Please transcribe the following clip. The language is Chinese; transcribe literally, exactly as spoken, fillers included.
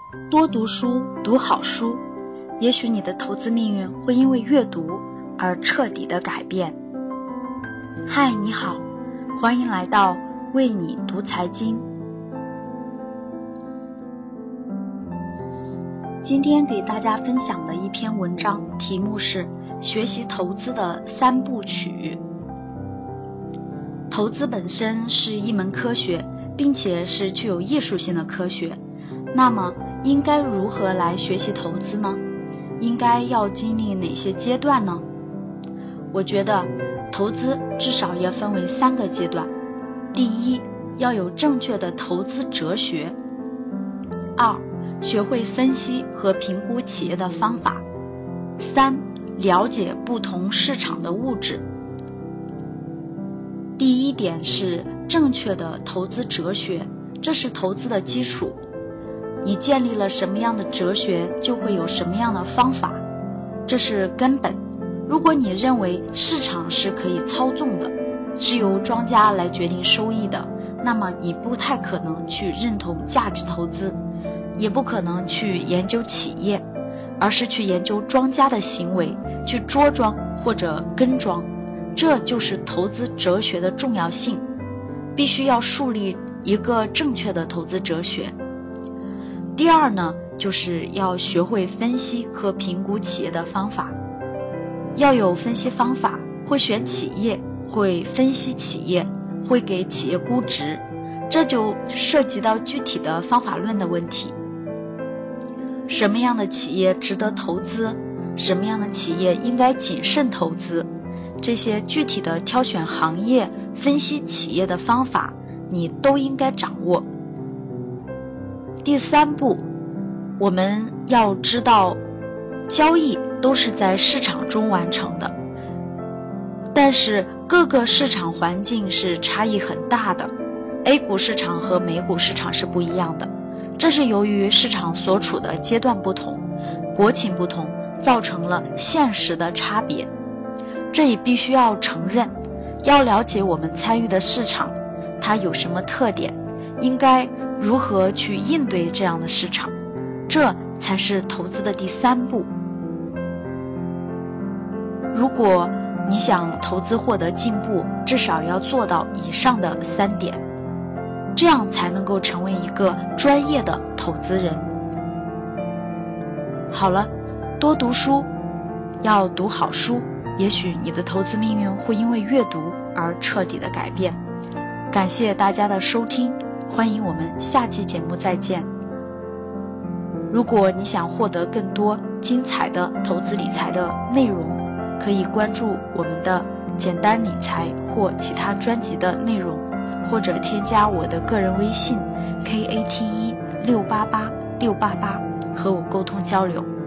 多读书，读好书，也许你的投资命运会因为阅读而彻底的改变。嗨，你好，欢迎来到为你读财经。今天给大家分享的一篇文章，题目是学习投资的三部曲。投资本身是一门科学，并且是具有艺术性的科学。那么应该如何来学习投资呢？应该要经历哪些阶段呢？我觉得投资至少要分为三个阶段。第一，要有正确的投资哲学。二，学会分析和评估企业的方法。三，了解不同市场的物质。第一点是正确的投资哲学，这是投资的基础。你建立了什么样的哲学，就会有什么样的方法，这是根本。如果你认为市场是可以操纵的，是由庄家来决定收益的，那么你不太可能去认同价值投资，也不可能去研究企业，而是去研究庄家的行为，去捉庄或者跟庄。这就是投资哲学的重要性，必须要树立一个正确的投资哲学。第二呢，就是要学会分析和评估企业的方法。要有分析方法，会选企业，会分析企业，会给企业估值，这就涉及到具体的方法论的问题。什么样的企业值得投资？什么样的企业应该谨慎投资？这些具体的挑选行业、分析企业的方法，你都应该掌握。第三步，我们要知道交易都是在市场中完成的，但是各个市场环境是差异很大的。 A 股市场和美股市场是不一样的，这是由于市场所处的阶段不同，国情不同，造成了现实的差别。这也必须要承认，要了解我们参与的市场它有什么特点，应该如何去应对这样的市场，这才是投资的第三步。如果你想投资获得进步，至少要做到以上的三点，这样才能够成为一个专业的投资人。好了，多读书，要读好书，也许你的投资命运会因为阅读而彻底的改变。感谢大家的收听，欢迎我们下期节目再见。如果你想获得更多精彩的投资理财的内容，可以关注我们的简单理财或其他专辑的内容，或者添加我的个人微信 K A T E 六八八六八八和我沟通交流。